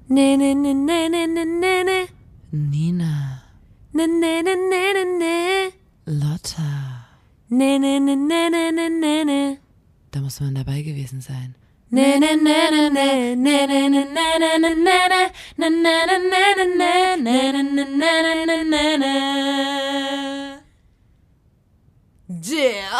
Ne, ne, ne, ne, ne, ne, ne, ne. Nina. Ne, ne, ne, ne, ne, ne. Lotta. Ne, ne, ne, ne, ne, ne, ne, ne. Da muss man dabei gewesen sein. Ne, ne, ne, ne, ne, ne, ne, ne, ne, ne, ne, ne, ne, ne, ne, ne, ne, ne, ne, ne. Der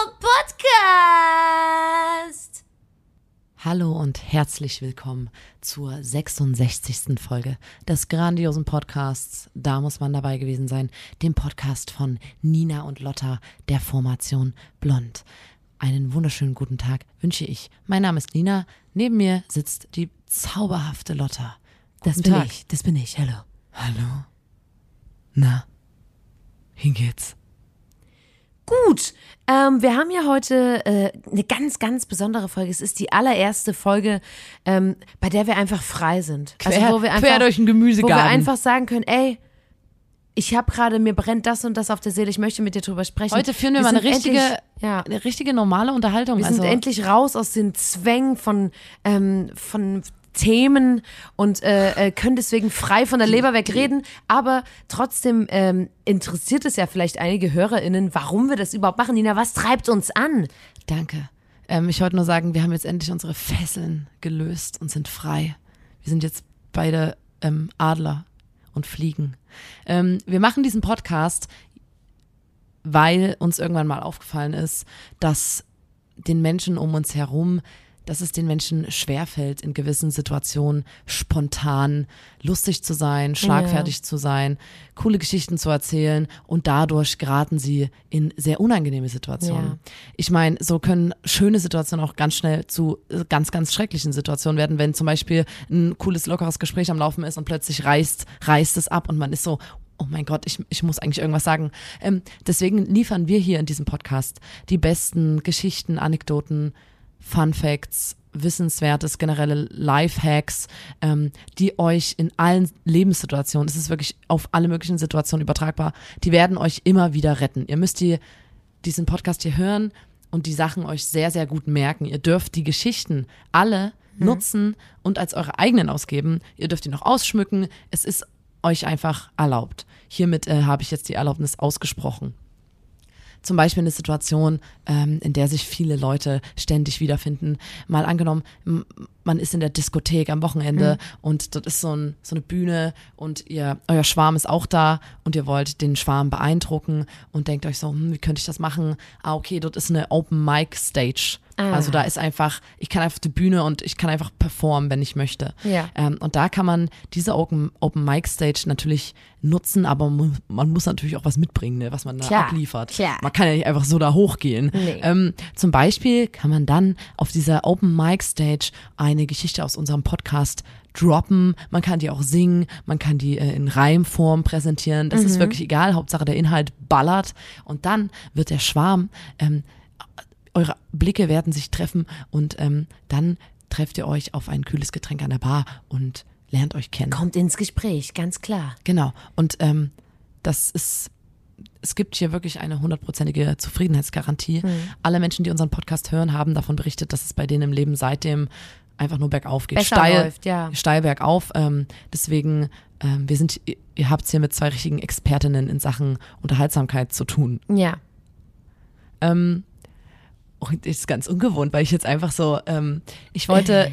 Podcast. Hallo und herzlich willkommen zur 66. Folge des grandiosen Podcasts Da muss man dabei gewesen sein, dem Podcast von Nina und Lotta der Formation Blond. Einen wunderschönen guten Tag wünsche ich. Mein Name ist Nina, neben mir sitzt die zauberhafte Lotta. Das bin ich, hallo. Hallo? Na, wie geht's? Gut, wir haben ja heute eine ganz, ganz besondere Folge. Es ist die allererste Folge, bei der wir einfach frei sind. Quer durch den Gemüsegarten. Wo wir einfach sagen können, ey, ich habe gerade, mir brennt das und das auf der Seele, ich möchte mit dir drüber sprechen. Heute führen wir mal eine richtige normale Unterhaltung. Wir sind endlich raus aus den Zwängen von Themen und können deswegen frei von der Leber weg reden, aber trotzdem interessiert es ja vielleicht einige HörerInnen, warum wir das überhaupt machen. Nina, was treibt uns an? Danke. Ich wollte nur sagen, wir haben jetzt endlich unsere Fesseln gelöst und sind frei. Wir sind jetzt beide Adler und fliegen. Wir machen diesen Podcast, weil uns irgendwann mal aufgefallen ist, dass den Menschen um uns herum, dass es den Menschen schwerfällt, in gewissen Situationen spontan lustig zu sein, schlagfertig zu sein, coole Geschichten zu erzählen und dadurch geraten sie in sehr unangenehme Situationen. Ja. Ich meine, so können schöne Situationen auch ganz schnell zu ganz, ganz schrecklichen Situationen werden, wenn zum Beispiel ein cooles, lockeres Gespräch am Laufen ist und plötzlich reißt es ab und man ist so, oh mein Gott, ich muss eigentlich irgendwas sagen. Deswegen liefern wir hier in diesem Podcast die besten Geschichten, Anekdoten, Fun Facts, Wissenswertes, generelle Lifehacks, die euch in allen Lebenssituationen, es ist wirklich auf alle möglichen Situationen übertragbar, die werden euch immer wieder retten. Ihr müsst diesen Podcast hier hören und die Sachen euch sehr, sehr gut merken. Ihr dürft die Geschichten alle nutzen und als eure eigenen ausgeben. Ihr dürft die noch ausschmücken. Es ist euch einfach erlaubt. Hiermit habe ich jetzt die Erlaubnis ausgesprochen. Zum Beispiel eine Situation, in der sich viele Leute ständig wiederfinden. Mal angenommen, man ist in der Diskothek am Wochenende und dort ist so eine Bühne und euer Schwarm ist auch da und ihr wollt den Schwarm beeindrucken und denkt euch so, wie könnte ich das machen? Okay, dort ist eine Open Mic Stage. Also da ist einfach, ich kann einfach die Bühne und ich kann einfach performen, wenn ich möchte. Ja. Und da kann man diese Open Mic Stage natürlich nutzen, aber man muss natürlich auch was mitbringen, ne, was man da abliefert. Klar. Man kann ja nicht einfach so da hochgehen. Nee. Zum Beispiel kann man dann auf dieser Open Mic Stage eine Geschichte aus unserem Podcast droppen, man kann die auch singen, man kann die in Reimform präsentieren, das ist wirklich egal, Hauptsache der Inhalt ballert und dann wird der Schwarm, eure Blicke werden sich treffen und dann trefft ihr euch auf ein kühles Getränk an der Bar und lernt euch kennen. Kommt ins Gespräch, ganz klar. Genau. Und es gibt hier wirklich eine 100%ige Zufriedenheitsgarantie. Alle Menschen, die unseren Podcast hören, haben davon berichtet, dass es bei denen im Leben seitdem einfach nur bergauf geht. Besser läuft, ja. Steil bergauf. Deswegen, ihr habt es hier mit zwei richtigen Expertinnen in Sachen Unterhaltsamkeit zu tun. Ja. Und das ist ganz ungewohnt, weil ich jetzt einfach so, wir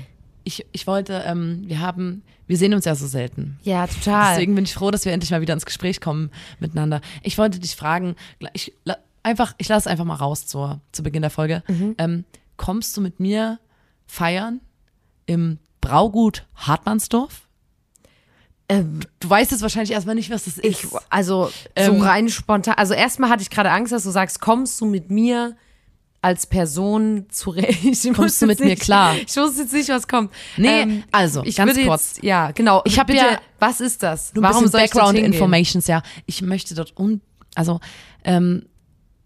sehen uns ja so selten. Ja, total. Deswegen bin ich froh, dass wir endlich mal wieder ins Gespräch kommen miteinander. Ich wollte dich fragen, ich lasse es einfach mal raus zu Beginn der Folge. Kommst du mit mir feiern im Braugut Hartmannsdorf? Du weißt jetzt wahrscheinlich erstmal nicht, was das ist. So rein spontan. Also erstmal hatte ich gerade Angst, dass du sagst, kommst du mit mir als Person zurecht? Kommst du mit mir klar? Ich wusste jetzt nicht, was kommt. Nee, also ganz kurz. Ja, genau. Ich habe ja, was ist das? Warum soll ich Background Informations? Ja, ich möchte dort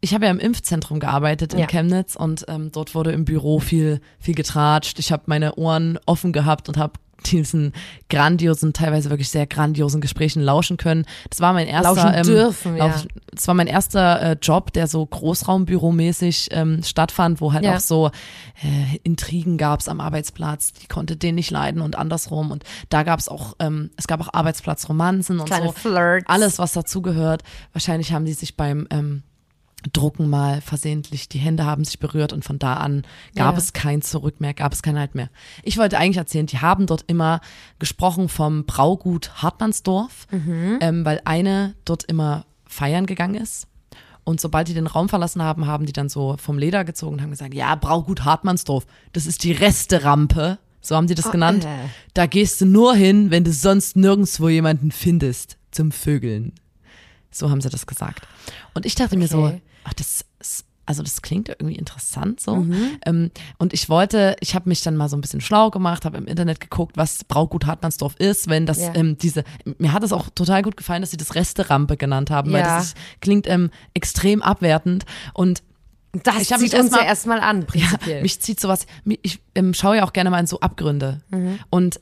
ich habe ja im Impfzentrum gearbeitet in Chemnitz und dort wurde im Büro viel getratscht. Ich habe meine Ohren offen gehabt und habe diesen grandiosen, teilweise wirklich sehr grandiosen Gesprächen lauschen können. Das war mein erster das war mein erster Job, der so Großraumbüromäßig stattfand, wo halt auch so Intrigen gab's am Arbeitsplatz, die konnte den nicht leiden und andersrum. Und da gab's auch, es gab auch Arbeitsplatzromanzen und kleine so. Flirts. Alles, was dazugehört. Wahrscheinlich haben die sich beim Drucken mal versehentlich, die Hände haben sich berührt und von da an gab es kein Zurück mehr, gab es kein Halt mehr. Ich wollte eigentlich erzählen, die haben dort immer gesprochen vom Braugut Hartmannsdorf, weil eine dort immer feiern gegangen ist. Und sobald die den Raum verlassen haben, haben die dann so vom Leder gezogen und haben gesagt, ja, Braugut Hartmannsdorf, das ist die Resterampe, so haben die das genannt. Da gehst du nur hin, wenn du sonst nirgendwo jemanden findest zum Vögeln. So haben sie das gesagt. Und ich dachte mir so, ach, das klingt irgendwie interessant so. Und ich habe mich dann mal so ein bisschen schlau gemacht, habe im Internet geguckt, was Braugut Hartmannsdorf ist, wenn das mir hat es auch total gut gefallen, dass sie das Resterampe genannt haben, weil das klingt extrem abwertend und das zieht uns ja erstmal an, prinzipiell. Ja, mich zieht sowas, ich schaue ja auch gerne mal in so Abgründe. Und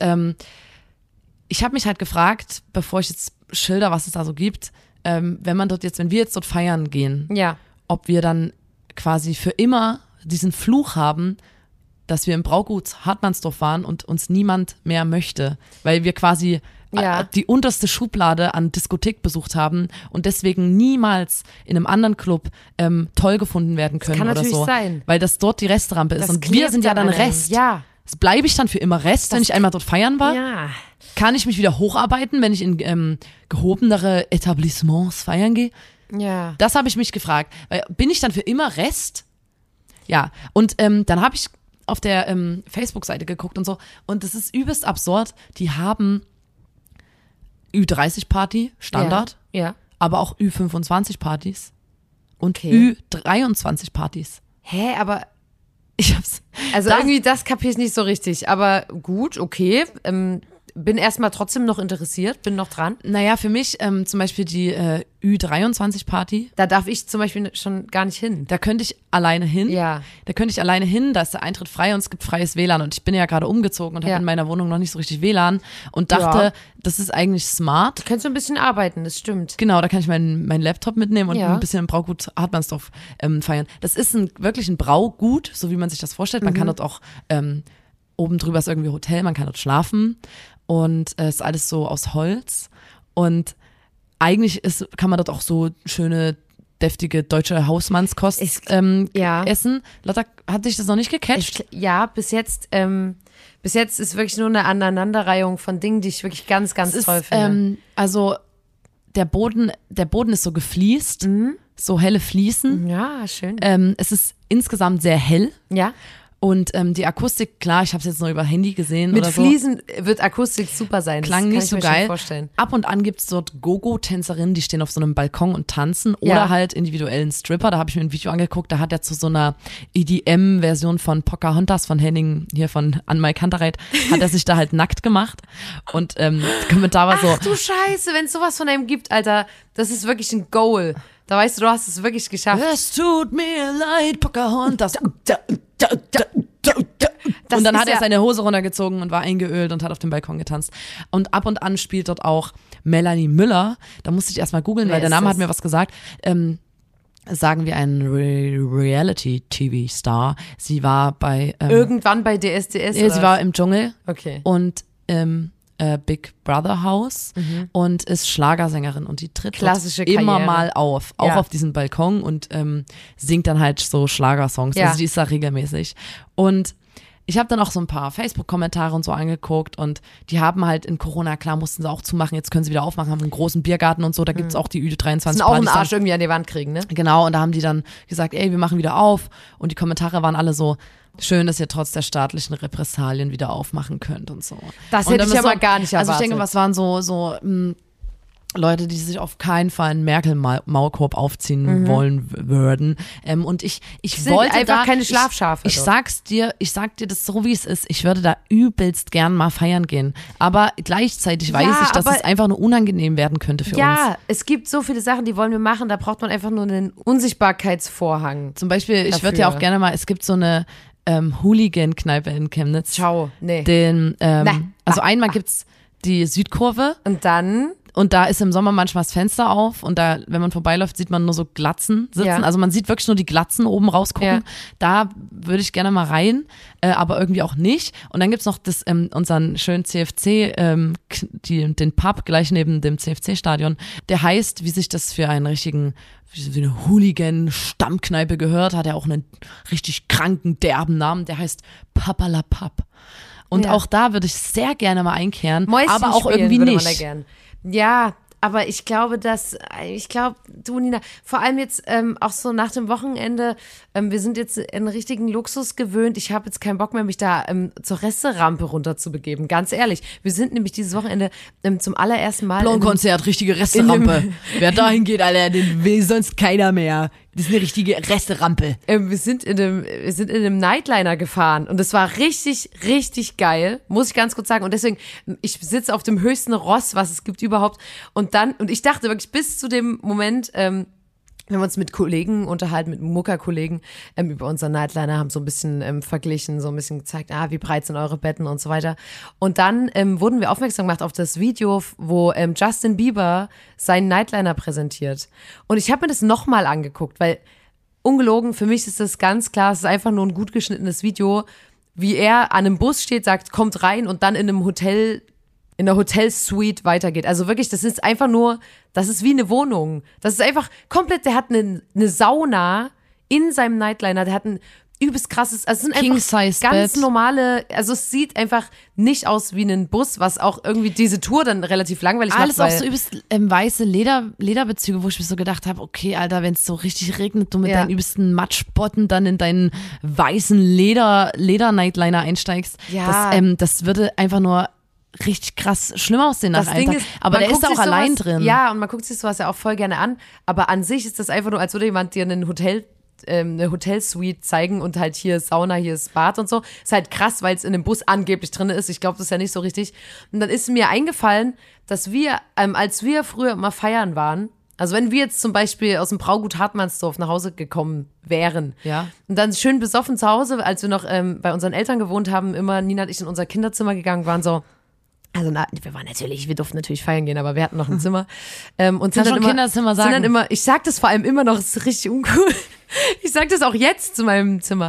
ich habe mich halt gefragt, bevor ich jetzt schilder, was es da so gibt, wenn wir jetzt dort feiern gehen, ob wir dann quasi für immer diesen Fluch haben, dass wir im Braugut Hartmannsdorf waren und uns niemand mehr möchte, weil wir quasi die unterste Schublade an Diskothek besucht haben und deswegen niemals in einem anderen Club toll gefunden werden können oder so. Kann natürlich sein. Weil das dort die Restrampe ist und wir sind ja dann Rest. Ja. Bleibe ich dann für immer Rest, wenn ich einmal dort feiern war? Ja. Kann ich mich wieder hocharbeiten, wenn ich in gehobenere Etablissements feiern gehe? Ja. Das habe ich mich gefragt. Weil, bin ich dann für immer Rest? Ja. Und dann habe ich auf der Facebook-Seite geguckt und so. Und das ist übelst absurd. Die haben Ü30-Party, Standard. Ja. Aber auch Ü25-Partys. Und Ü23-Partys. Hä, aber ich hab's. Also irgendwie, das kapiere ich nicht so richtig. Aber gut, okay. Bin erstmal trotzdem noch interessiert, bin noch dran. Naja, für mich zum Beispiel die Ü23-Party. Da darf ich zum Beispiel schon gar nicht hin. Da könnte ich alleine hin. Ja. Da ist der Eintritt frei und es gibt freies WLAN. Und ich bin ja gerade umgezogen und habe in meiner Wohnung noch nicht so richtig WLAN und dachte, das ist eigentlich smart. Du kannst so ein bisschen arbeiten, das stimmt. Genau, da kann ich meinen Laptop mitnehmen und ein bisschen im Braugut Hartmannsdorf feiern. Das ist wirklich ein Braugut, so wie man sich das vorstellt. Man kann dort auch, oben drüber ist irgendwie Hotel, man kann dort schlafen. Und es ist alles so aus Holz. Und eigentlich kann man dort auch so schöne, deftige deutsche Hausmannskost essen. Lotta, hat dich das noch nicht gecatcht? Bis jetzt ist wirklich nur eine Aneinanderreihung von Dingen, die ich wirklich ganz, ganz toll finde. Also der Boden ist so gefliest, so helle Fliesen. Ja, schön. Es ist insgesamt sehr hell. Ja. Und die Akustik, klar, ich habe es jetzt nur über Handy gesehen mit oder so. Mit Fliesen wird Akustik super sein. Klang nicht so geil. Vorstellen. Ab und an gibt's dort Go-Go-Tänzerinnen, die stehen auf so einem Balkon und tanzen. Oder halt individuellen Stripper. Da habe ich mir ein Video angeguckt, da hat er zu so einer EDM-Version von Pocahontas von Henning, hier von Anmai Kantereit, hat er sich da halt nackt gemacht. Und der Kommentar war so. Ach du Scheiße, wenn es sowas von einem gibt, Alter, das ist wirklich ein Goal. Da weißt du hast es wirklich geschafft. Es tut mir leid, Pocahontas. Und dann hat er seine Hose runtergezogen und war eingeölt und hat auf dem Balkon getanzt. Und ab und an spielt dort auch Melanie Müller. Da musste ich erstmal googeln, weil der Name hat mir was gesagt. Sagen wir ein Reality-TV-Star. Sie war bei irgendwann bei DSDS. Sie war im Dschungel. Okay. Und Big Brother House und ist Schlagersängerin und die tritt immer mal auf, auch auf diesem Balkon und singt dann halt so Schlagersongs. Ja. Also die ist da regelmäßig. Und ich habe dann auch so ein paar Facebook-Kommentare und so angeguckt und die haben halt in Corona, klar mussten sie auch zumachen, jetzt können sie wieder aufmachen, haben einen großen Biergarten und so, da gibt's auch die Ü23-Partys. Das auch einen Arsch irgendwie an die Wand kriegen, ne? Genau, und da haben die dann gesagt, ey, wir machen wieder auf und die Kommentare waren alle so, schön, dass ihr trotz der staatlichen Repressalien wieder aufmachen könnt und so. Das hätte ich aber gar nicht erwartet. Also ich denke, was waren so Leute, die sich auf keinen Fall einen Merkel-Maulkorb aufziehen wollen würden. Und ich wollte einfach da keine Schlafschafe. Ich sag dir das so, wie es ist. Ich würde da übelst gern mal feiern gehen. Aber gleichzeitig weiß ich, dass es einfach nur unangenehm werden könnte für uns. Ja, es gibt so viele Sachen, die wollen wir machen. Da braucht man einfach nur einen Unsichtbarkeitsvorhang. Zum Beispiel, ich würde ja auch gerne mal, es gibt so eine Hooligan-Kneipe in Chemnitz. Ciao, nee. Also einmal gibt's die Südkurve. Und da ist im Sommer manchmal das Fenster auf und da, wenn man vorbeiläuft, sieht man nur so Glatzen sitzen. Ja. Also man sieht wirklich nur die Glatzen oben rausgucken. Ja. Da würde ich gerne mal rein, aber irgendwie auch nicht. Und dann gibt's noch unseren schönen CFC, den Pub gleich neben dem CFC-Stadion. Der heißt, wie sich das für einen richtigen, wie eine Hooligan-Stammkneipe gehört, hat er auch einen richtig kranken, derben Namen. Der heißt Papala Pub. Und auch da würde ich sehr gerne mal einkehren, Mäuschen aber auch irgendwie würde nicht. Man da gern. Ja, aber ich glaube, du Nina, vor allem jetzt auch so nach dem Wochenende, wir sind jetzt einen richtigen Luxus gewöhnt. Ich habe jetzt keinen Bock mehr, mich da zur Resterampe runter zu begeben. Ganz ehrlich, wir sind nämlich dieses Wochenende zum allerersten Mal Blond-Konzert, richtige Resterampe. Wer dahin geht, Alter, den will sonst keiner mehr. Das ist eine richtige Resterampe. Wir sind in einem Nightliner gefahren und es war richtig, richtig geil, muss ich ganz kurz sagen. Und deswegen, ich sitze auf dem höchsten Ross, was es gibt überhaupt. Und ich dachte wirklich bis zu dem Moment, wir haben uns mit Kollegen unterhalten, mit Muckerkollegen über unseren Nightliner, haben so ein bisschen verglichen, so ein bisschen gezeigt, wie breit sind eure Betten und so weiter. Und dann wurden wir aufmerksam gemacht auf das Video, wo Justin Bieber seinen Nightliner präsentiert. Und ich habe mir das nochmal angeguckt, weil ungelogen, für mich ist das ganz klar, es ist einfach nur ein gut geschnittenes Video, wie er an einem Bus steht, sagt, kommt rein und dann in der Hotelsuite weitergeht. Also wirklich, das ist wie eine Wohnung. Das ist einfach komplett, der hat eine Sauna in seinem Nightliner, der hat ein übelst krasses, also es sind einfach ganz normale, also es sieht einfach nicht aus wie ein Bus, was auch irgendwie diese Tour dann relativ langweilig macht. Alles auch so übelst weiße Lederbezüge, wo ich mir so gedacht habe, okay, Alter, wenn es so richtig regnet, du mit deinen übelsten Matschbotten dann in deinen weißen Leder-Nightliner einsteigst, das würde einfach nur richtig krass schlimm aussehen nach einem Tag. Aber der ist da auch allein drin. Ja, und man guckt sich sowas ja auch voll gerne an. Aber an sich ist das einfach nur, als würde jemand dir eine Hotelsuite zeigen und halt hier ist Sauna, hier ist Bad und so. Ist halt krass, weil es in dem Bus angeblich drin ist. Ich glaube, das ist ja nicht so richtig. Und dann ist mir eingefallen, dass wir, als wir früher immer feiern waren, also wenn wir jetzt zum Beispiel aus dem Braugut Hartmannsdorf nach Hause gekommen wären und dann schön besoffen zu Hause, als wir noch bei unseren Eltern gewohnt haben, immer Nina und ich in unser Kinderzimmer gegangen waren, so. Also wir durften natürlich feiern gehen, aber wir hatten noch ein Zimmer. Und sind dann Kinderzimmer sagen. Ich sag das vor allem immer noch, es ist richtig uncool. Ich sag das auch jetzt zu meinem Zimmer.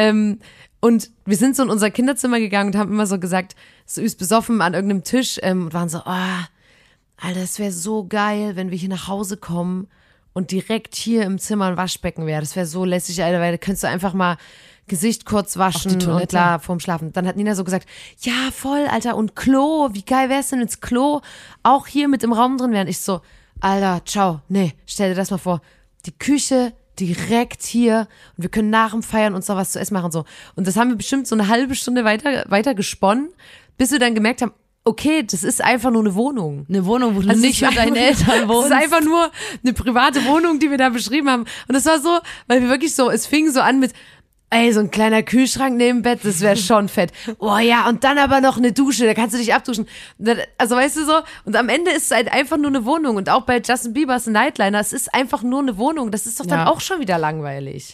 Und wir sind so in unser Kinderzimmer gegangen und haben immer so gesagt, so übelst besoffen an irgendeinem Tisch und waren so, Alter, es wäre so geil, wenn wir hier nach Hause kommen und direkt hier im Zimmer ein Waschbecken wäre. Das wäre so lässig, Alter, weil da könntest du einfach mal Gesicht kurz waschen und klar vorm Schlafen. Dann hat Nina so gesagt, ja voll, Alter, und Klo, wie geil wär's denn, wenn's Klo auch hier mit im Raum drin wäre? Ich so, Alter, ciao, nee, stell dir das mal vor, die Küche direkt hier und wir können nach dem Feiern uns noch was zu essen machen und so. Und das haben wir bestimmt so eine halbe Stunde weiter gesponnen, bis wir dann gemerkt haben, okay, das ist einfach nur eine Wohnung. Eine Wohnung, wo du nicht mit deinen Eltern wohnst. Das ist einfach nur eine private Wohnung, die wir da beschrieben haben. Und das war so, weil wir wirklich so, es fing so an mit, ey, so ein kleiner Kühlschrank neben Bett, das wäre schon fett. Oh ja, und dann aber noch eine Dusche, da kannst du dich abduschen. Also weißt du so, und am Ende ist es halt einfach nur eine Wohnung. Und auch bei Justin Bieber's Nightliner, es ist einfach nur eine Wohnung. Das ist doch dann auch schon wieder langweilig.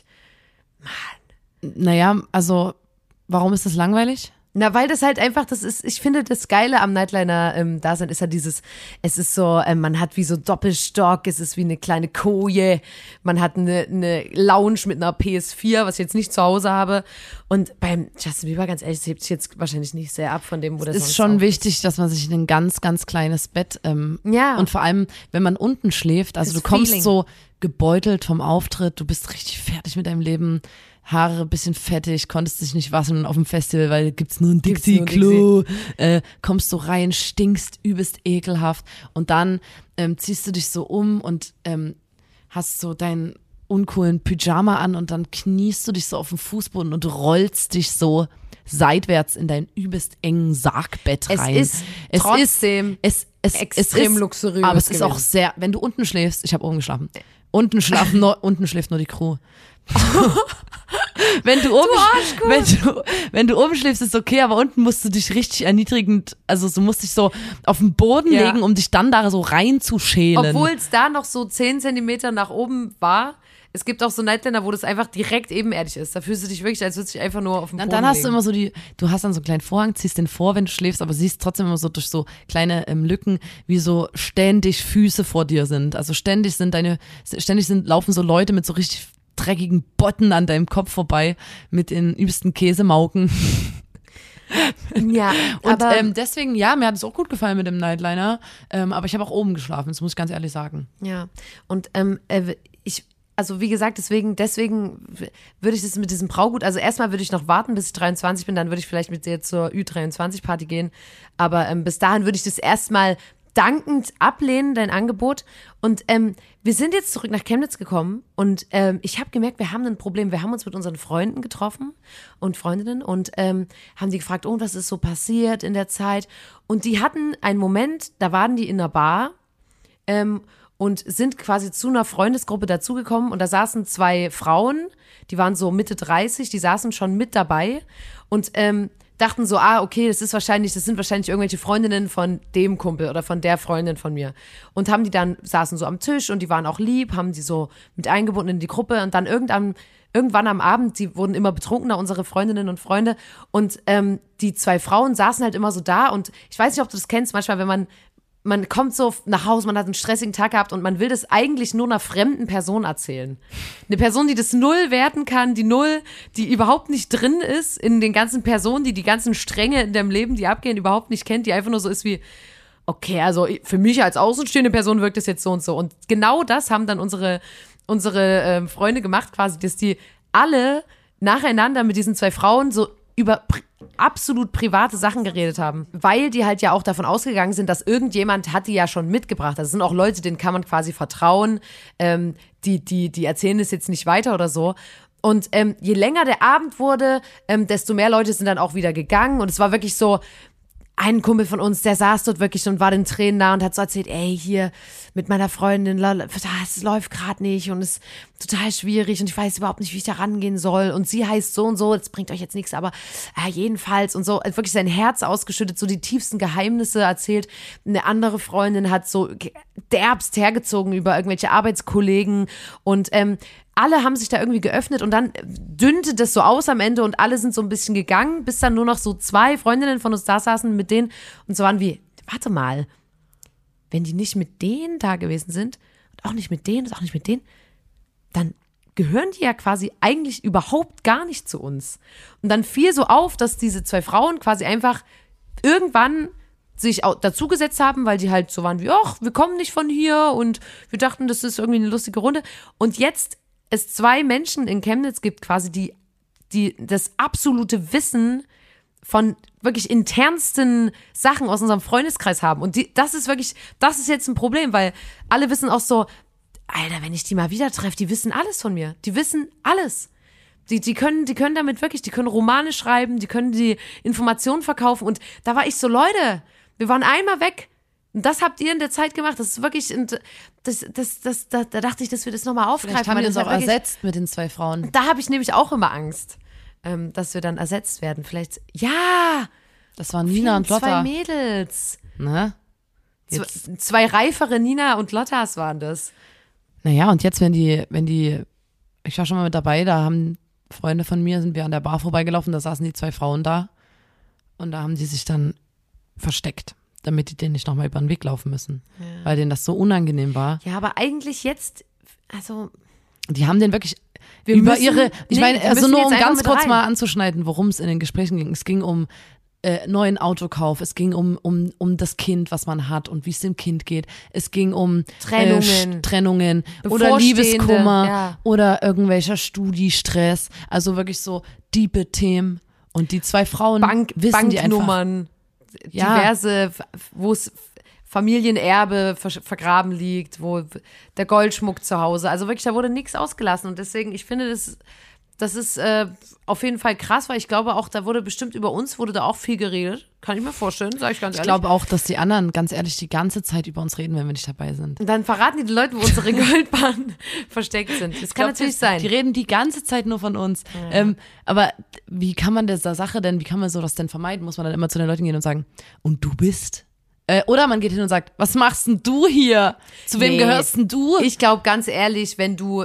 Mann. Naja, also, warum ist das langweilig? Na, weil das halt einfach, ich finde, das Geile am Nightliner-Dasein ist ja es ist so, man hat wie so Doppelstock, es ist wie eine kleine Koje, man hat eine Lounge mit einer PS4, was ich jetzt nicht zu Hause habe. Und beim Justin Bieber, ganz ehrlich, das hebt sich jetzt wahrscheinlich nicht sehr ab von dem, wo das ist schon wichtig, dass man sich in ein ganz, ganz kleines Bett, und vor allem, wenn man unten schläft, also du kommst so gebeutelt vom Auftritt, du bist richtig fertig mit deinem Leben, Haare ein bisschen fettig, konntest dich nicht waschen auf dem Festival, weil gibt's nur ein Dixie-Klo. Kommst du rein, stinkst übelst ekelhaft und dann ziehst du dich so um und hast so deinen uncoolen Pyjama an und dann kniest du dich so auf den Fußboden und rollst dich so seitwärts in dein übelst engen Sargbett rein. Es trotzdem extrem luxuriös. Aber es ist auch sehr, wenn du unten schläfst, ich habe oben geschlafen. Unten schläft nur die Crew. Wenn du oben schläfst, ist okay, aber unten musst du dich richtig erniedrigend, also du musst dich so auf den Boden legen, um dich dann da so reinzuschälen. Obwohl es da noch so 10 Zentimeter nach oben war. Es gibt auch so Nightliner, wo das einfach direkt ebenerdig ist. Da fühlst du dich wirklich, als würdest du dich einfach nur auf den Boden Dann hast legen. du immer so du hast dann so einen kleinen Vorhang, ziehst den vor, wenn du schläfst, aber siehst trotzdem immer so durch so kleine Lücken, wie so ständig Füße vor dir sind. Also ständig laufen so Leute mit so richtig dreckigen Botten an deinem Kopf vorbei, mit den übelsten Käsemauken. Ja, und aber deswegen, ja, mir hat es auch gut gefallen mit dem Nightliner, aber ich habe auch oben geschlafen, das muss ich ganz ehrlich sagen. ja, und also wie gesagt, deswegen würde ich das mit diesem Braugut, also erstmal würde ich noch warten, bis ich 23 bin, dann würde ich vielleicht mit dir zur Ü23-Party gehen, aber bis dahin würde ich das erstmal dankend ablehnen, dein Angebot. Und wir sind jetzt zurück nach Chemnitz gekommen und ich habe gemerkt, wir haben ein Problem. Wir haben uns mit unseren Freunden getroffen und Freundinnen und haben die gefragt, oh, was ist so passiert in der Zeit? Und die hatten einen Moment, da waren die in einer Bar und sind quasi zu einer Freundesgruppe dazugekommen und da saßen 2 Frauen, die waren so Mitte 30, die saßen schon mit dabei und dachten so, okay, das sind wahrscheinlich irgendwelche Freundinnen von dem Kumpel oder von der Freundin von mir. Und saßen so am Tisch und die waren auch lieb, haben die so mit eingebunden in die Gruppe und dann irgendwann am Abend, die wurden immer betrunkener, unsere Freundinnen und Freunde und die 2 Frauen saßen halt immer so da und ich weiß nicht, ob du das kennst, manchmal, wenn man kommt so nach Hause, man hat einen stressigen Tag gehabt und man will das eigentlich nur einer fremden Person erzählen. Eine Person, die das null werten kann, die überhaupt nicht drin ist in den ganzen Personen, die ganzen Stränge in deinem Leben, die abgehen, überhaupt nicht kennt, die einfach nur so ist wie, okay, also für mich als außenstehende Person wirkt das jetzt so und so. Und genau das haben dann unsere Freunde gemacht quasi, dass die alle nacheinander mit diesen 2 Frauen so über absolut private Sachen geredet haben, weil die halt ja auch davon ausgegangen sind, dass irgendjemand hat die ja schon mitgebracht. Das sind auch Leute, denen kann man quasi vertrauen, die erzählen das jetzt nicht weiter oder so. Und je länger der Abend wurde, desto mehr Leute sind dann auch wieder gegangen und es war wirklich so, ein Kumpel von uns, der saß dort wirklich und war den Tränen nah und hat so erzählt, ey, hier mit meiner Freundin, es läuft gerade nicht und es ist total schwierig und ich weiß überhaupt nicht, wie ich da rangehen soll und sie heißt so und so, das bringt euch jetzt nichts, aber jedenfalls und so, wirklich sein Herz ausgeschüttet, so die tiefsten Geheimnisse erzählt. Eine andere Freundin hat so derbst hergezogen über irgendwelche Arbeitskollegen und alle haben sich da irgendwie geöffnet und dann dünnte das so aus am Ende und alle sind so ein bisschen gegangen, bis dann nur noch so 2 Freundinnen von uns da saßen mit denen und so waren wie, warte mal, wenn die nicht mit denen da gewesen sind und auch nicht mit denen und auch nicht mit denen, dann gehören die ja quasi eigentlich überhaupt gar nicht zu uns. Und dann fiel so auf, dass diese 2 Frauen quasi einfach irgendwann sich dazugesetzt haben, weil die halt so waren wie, ach, wir kommen nicht von hier und wir dachten, das ist irgendwie eine lustige Runde. Und jetzt es 2 Menschen in Chemnitz gibt quasi, die das absolute Wissen von wirklich internsten Sachen aus unserem Freundeskreis haben. Und das ist jetzt ein Problem, weil alle wissen auch so, Alter, wenn ich die mal wieder treffe, die wissen alles von mir. Die wissen alles. Die können damit wirklich, die können Romane schreiben, die können die Informationen verkaufen. Und da war ich so, Leute, wir waren einmal weg. Und das habt ihr in der Zeit gemacht. Das ist wirklich, da dachte ich, dass wir das nochmal aufgreifen. Vielleicht haben wir uns auch ersetzt mit den 2 Frauen. Da habe ich nämlich auch immer Angst, dass wir dann ersetzt werden. Vielleicht, ja. Das waren Nina und Lotta. 2 Mädels. Ne? 2 reifere Nina und Lottas waren das. Naja, und jetzt, wenn die, ich war schon mal mit dabei, da haben Freunde von mir, sind wir an der Bar vorbeigelaufen, da saßen die 2 Frauen da und da haben die sich dann versteckt, damit die denen nicht nochmal über den Weg laufen müssen, weil denen das so unangenehm war. Ja, aber eigentlich jetzt, also die haben den wirklich nur um ganz kurz mal anzuschneiden, worum es in den Gesprächen ging. Es ging um neuen Autokauf, es ging um das Kind, was man hat und wie es dem Kind geht. Es ging um Trennungen oder Liebeskummer oder irgendwelcher Studiestress. Also wirklich so diepe Themen. Und die 2 Frauen wissen die einfach. Banknummern, diverse, wo es Familienerbe vergraben liegt, wo der Goldschmuck zu Hause. Also wirklich, da wurde nichts ausgelassen. Und deswegen, ich finde, das ist auf jeden Fall krass, weil ich glaube auch, da wurde bestimmt wurde da auch viel geredet. Kann ich mir vorstellen, sage ich ganz ehrlich. Ich glaube auch, dass die anderen, ganz ehrlich, die ganze Zeit über uns reden, wenn wir nicht dabei sind. Und dann verraten die den Leuten, wo unsere Goldbahnen versteckt sind. Das kann natürlich sein. Die reden die ganze Zeit nur von uns. Ja. Aber wie kann man dieser Sache denn, wie kann man sowas denn vermeiden? Muss man dann immer zu den Leuten gehen und sagen, und du bist? Oder man geht hin und sagt, was machst denn du hier? Zu wem gehörst denn du? Ich glaube, ganz ehrlich, wenn du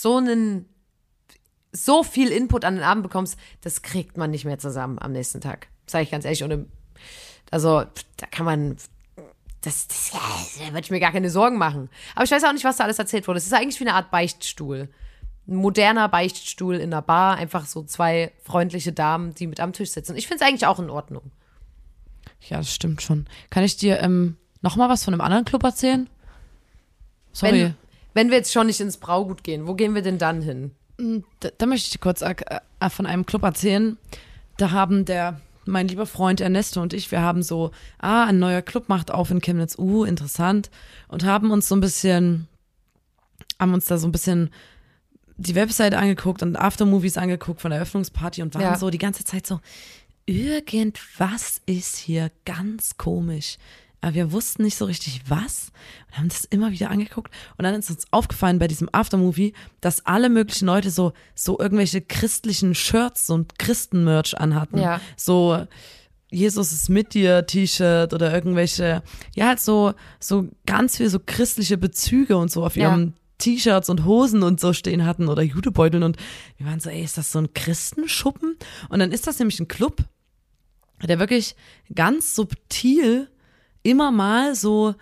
so viel Input an den Abend bekommst, das kriegt man nicht mehr zusammen am nächsten Tag. Sag ich ganz ehrlich. Also, da kann man, da würde ich mir gar keine Sorgen machen. Aber ich weiß auch nicht, was da alles erzählt wurde. Es ist eigentlich wie eine Art Beichtstuhl. Ein moderner Beichtstuhl in einer Bar. Einfach so 2 freundliche Damen, die mit am Tisch sitzen. Ich finde es eigentlich auch in Ordnung. Ja, das stimmt schon. Kann ich dir noch mal was von einem anderen Club erzählen? Sorry. Wenn wir jetzt schon nicht ins Braugut gehen, wo gehen wir denn dann hin? Da möchte ich dir kurz von einem Club erzählen. Da haben mein lieber Freund Ernesto und ich, wir haben so, ein neuer Club macht auf in Chemnitz, interessant. Und haben uns da so ein bisschen die Website angeguckt und Aftermovies angeguckt von der Eröffnungsparty und waren so die ganze Zeit so, irgendwas ist hier ganz komisch. Aber wir wussten nicht so richtig was und haben das immer wieder angeguckt. Und dann ist uns aufgefallen bei diesem Aftermovie, dass alle möglichen Leute so irgendwelche christlichen Shirts und Christenmerch anhatten. Ja. So Jesus ist mit dir T-Shirt oder irgendwelche, ja halt so ganz viel so christliche Bezüge und so auf ihrem T-Shirts und Hosen und so stehen hatten oder Jutebeuteln. Und wir waren so, ist das so ein Christenschuppen? Und dann ist das nämlich ein Club, der wirklich ganz subtil immer mal so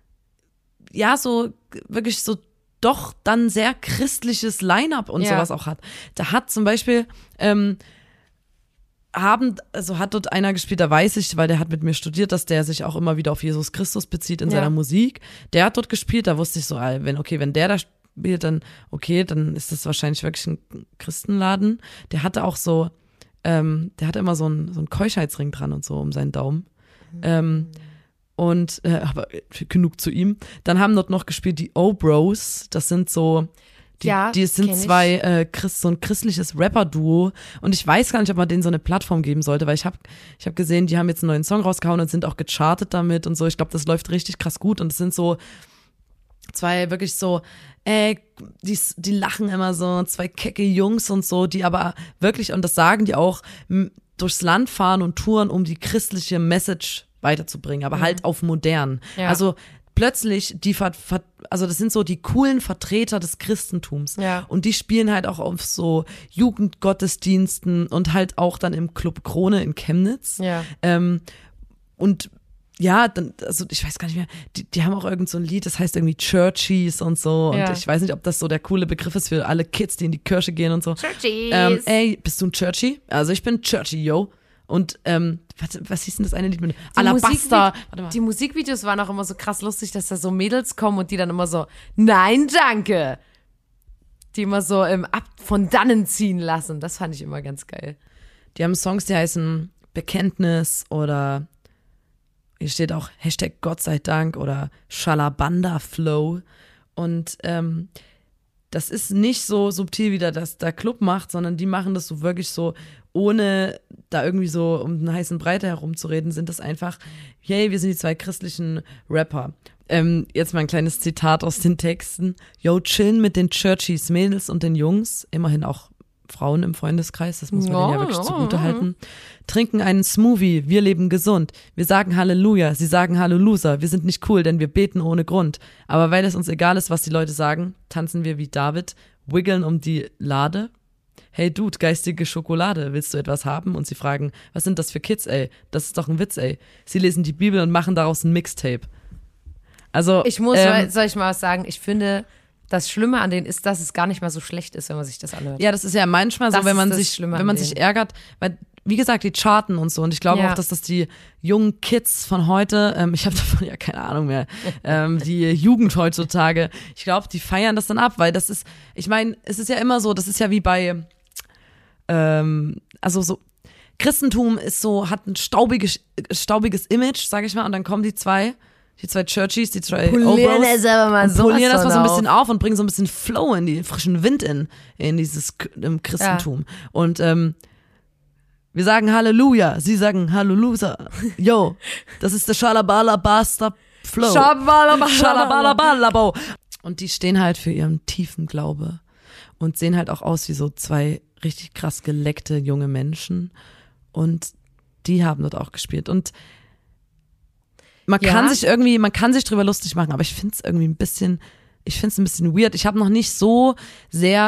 wirklich so doch dann sehr christliches Line-up und sowas auch hat. Da hat zum Beispiel hat dort einer gespielt, da weiß ich, weil der hat mit mir studiert, dass der sich auch immer wieder auf Jesus Christus bezieht in seiner Musik. Der hat dort gespielt, da wusste ich so, wenn der da spielt, dann ist das wahrscheinlich wirklich ein Christenladen. Der hatte auch so, der hatte immer so einen Keuschheitsring dran und so um seinen Daumen. Aber genug zu ihm. Dann haben dort noch gespielt die O-Bros, das sind so die sind zwei so ein christliches Rapper-Duo und ich weiß gar nicht, ob man denen so eine Plattform geben sollte, weil ich hab gesehen, die haben jetzt einen neuen Song rausgehauen und sind auch gechartet damit und so. Ich glaube, das läuft richtig krass gut und es sind so 2 wirklich so, die lachen immer so, 2 kecke Jungs und so, die aber wirklich, und das sagen die auch, durchs Land fahren und touren, um die christliche Message weiterzubringen, aber halt auf modern. Ja. Also plötzlich also das sind so die coolen Vertreter des Christentums. Ja. Und die spielen halt auch auf so Jugendgottesdiensten und halt auch dann im Club Krone in Chemnitz. Ja. Und ja, also ich weiß gar nicht mehr, die haben auch irgend so ein Lied, das heißt irgendwie Churchies und so. Und ich weiß nicht, ob das so der coole Begriff ist für alle Kids, die in die Kirche gehen und so. Churchies. Bist du ein Churchie? Also ich bin Churchie, yo. Und was hieß denn das eine Lied mit Alabaster? Die Musikvideos waren auch immer so krass lustig, dass da so Mädels kommen und die dann immer so, nein, danke. Die immer so ab von dannen ziehen lassen. Das fand ich immer ganz geil. Die haben Songs, die heißen Bekenntnis oder hier steht auch Hashtag Gott sei Dank oder Schalabanda Flow. Und das ist nicht so subtil, wie das der Club macht, sondern die machen das so wirklich so, ohne da irgendwie so um den heißen Breite herumzureden, sind das einfach, hey, wir sind die 2 christlichen Rapper. Jetzt mal ein kleines Zitat aus den Texten. Yo, chillen mit den Churchies, Mädels und den Jungs, immerhin auch Frauen im Freundeskreis, das muss man denen ja wirklich zugute halten. Trinken einen Smoothie, wir leben gesund. Wir sagen Halleluja, sie sagen Halleluja. Wir sind nicht cool, denn wir beten ohne Grund. Aber weil es uns egal ist, was die Leute sagen, tanzen wir wie David, wiggeln um die Lade. Hey Dude, geistige Schokolade, willst du etwas haben? Und sie fragen, was sind das für Kids, ey? Das ist doch ein Witz, ey. Sie lesen die Bibel und machen daraus ein Mixtape. Also soll ich mal was sagen? Ich finde, das Schlimme an denen ist, dass es gar nicht mal so schlecht ist, wenn man sich das anhört. Ja, das ist ja manchmal so, wenn man sich ärgert, weil, wie gesagt, die charten und so. Und ich glaube auch, dass das die jungen Kids von heute, ich habe davon ja keine Ahnung mehr, die Jugend heutzutage, ich glaube, die feiern das dann ab, weil das ist, ich meine, es ist ja immer so, das ist ja wie bei, also so, Christentum ist so, hat ein staubiges Image, sag ich mal, und dann kommen die 2 die zwei Churchies, die zwei Polieren Obros, das aber mal und sowas polieren das mal so ein von bisschen auf und bringen so ein bisschen Flow in die frischen Wind in dieses Christentum. Und wir sagen Halleluja, sie sagen Halleluja. Yo, das ist der Schalabala-Basta Flow. Schalabala-Balabo. Und die stehen halt für ihren tiefen Glaube und sehen halt auch aus wie so zwei richtig krass geleckte junge Menschen. Und die haben dort auch gespielt. Und man kann sich drüber lustig machen, aber ich finde es irgendwie ein bisschen weird. Ich habe noch nicht so sehr,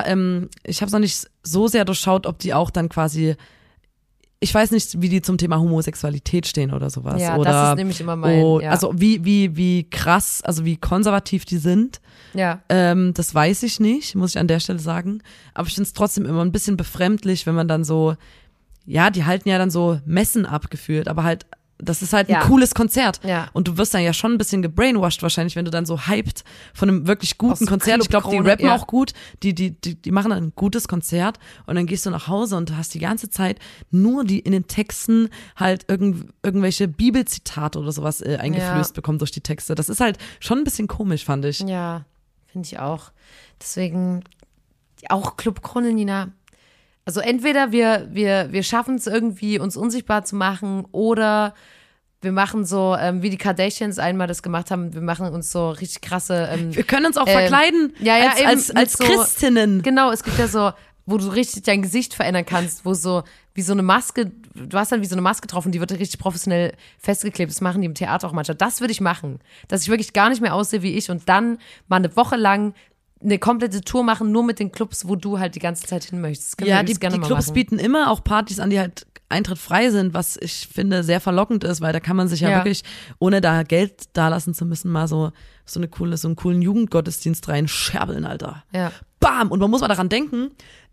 durchschaut, ob die auch dann quasi, ich weiß nicht, wie die zum Thema Homosexualität stehen oder sowas. Ja, oder, das ist nämlich immer mein, ja. Also wie krass, also wie konservativ die sind. Ja. Das weiß ich nicht, muss ich an der Stelle sagen. Aber ich finde es trotzdem immer ein bisschen befremdlich, wenn man dann so, ja, die halten ja dann so Messen abgeführt, aber halt, das ist halt ein cooles Konzert. Ja. Und du wirst dann ja schon ein bisschen gebrainwashed wahrscheinlich, wenn du dann so hyped von einem wirklich guten Aus Konzert. Ich glaube, die Clubkrone, rappen ja. auch gut. Die machen dann ein gutes Konzert und dann gehst du nach Hause und hast die ganze Zeit nur in den Texten halt irgendwelche Bibelzitate oder sowas eingeflößt bekommen durch die Texte. Das ist halt schon ein bisschen komisch, fand ich. Ja, finde ich auch. Deswegen auch Club Krone, Nina. Also entweder wir schaffen es irgendwie, uns unsichtbar zu machen, oder wir machen so, wie die Kardashians einmal das gemacht haben, wir machen uns so richtig krasse wir können uns auch verkleiden als so, Christinnen. Genau, es gibt ja so, wo du richtig dein Gesicht verändern kannst, wo so wie so eine Maske, du hast dann wie so eine Maske drauf und die wird richtig professionell festgeklebt. Das machen die im Theater auch manchmal. Das würde ich machen, dass ich wirklich gar nicht mehr aussehe wie ich und dann mal eine Woche lang eine komplette Tour machen, nur mit den Clubs, wo du halt die ganze Zeit hin möchtest. Ja, die Clubs bieten immer auch Partys an, die halt eintrittfrei sind, was ich finde sehr verlockend ist, weil da kann man sich ja wirklich, ohne da Geld dalassen zu müssen, mal so einen coolen Jugendgottesdienst reinscherbeln, Alter. Ja. Bam! Und man muss mal daran denken,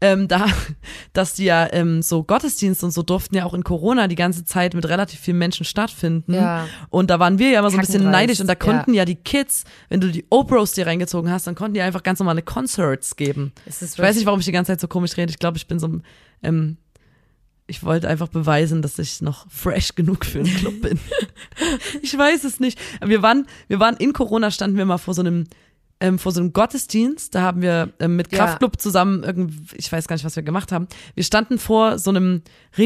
dass die ja so Gottesdienste und so durften ja auch in Corona die ganze Zeit mit relativ vielen Menschen stattfinden. Ja. Und da waren wir ja immer so ein bisschen Kackendreist, neidisch und da konnten ja die Kids, wenn du die Opros dir reingezogen hast, dann konnten die einfach ganz normale Concerts geben. Ich weiß nicht, warum ich die ganze Zeit so komisch rede. Ich glaube, ich bin so ich wollte einfach beweisen, dass ich noch fresh genug für einen Club bin. Ich weiß es nicht. Wir waren in Corona, standen wir mal vor so einem Gottesdienst, da haben wir mit Kraftclub zusammen ich weiß gar nicht, was wir gemacht haben. Wir standen vor so einer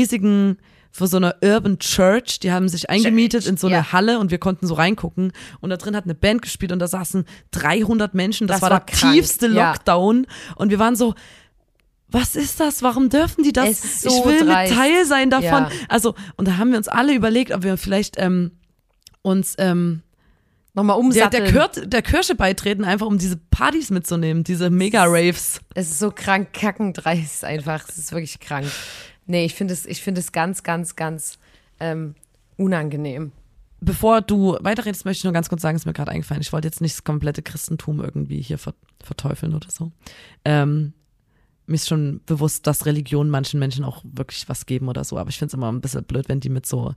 Urban Church, die haben sich eingemietet in so eine Halle und wir konnten so reingucken und da drin hat eine Band gespielt und da saßen 300 Menschen, das war der krank. tiefste Lockdown und wir waren so, was ist das? Warum dürfen die das? Es ist so ich will dreist. mit Teil sein davon. Ja. Also, und da haben wir uns alle überlegt, ob wir vielleicht uns nochmal umsatteln. der Kirche beitreten, einfach um diese Partys mitzunehmen, diese Mega-Raves. Es ist so krank kackendreist einfach. Es ist wirklich krank. Nee, ich finde es ganz, ganz, ganz unangenehm. Bevor du weiterredest, möchte ich nur ganz kurz sagen, ist mir gerade eingefallen, ich wollte jetzt nicht das komplette Christentum irgendwie hier verteufeln oder so. Mir ist schon bewusst, dass Religionen manchen Menschen auch wirklich was geben oder so, aber ich finde es immer ein bisschen blöd, wenn die mit so,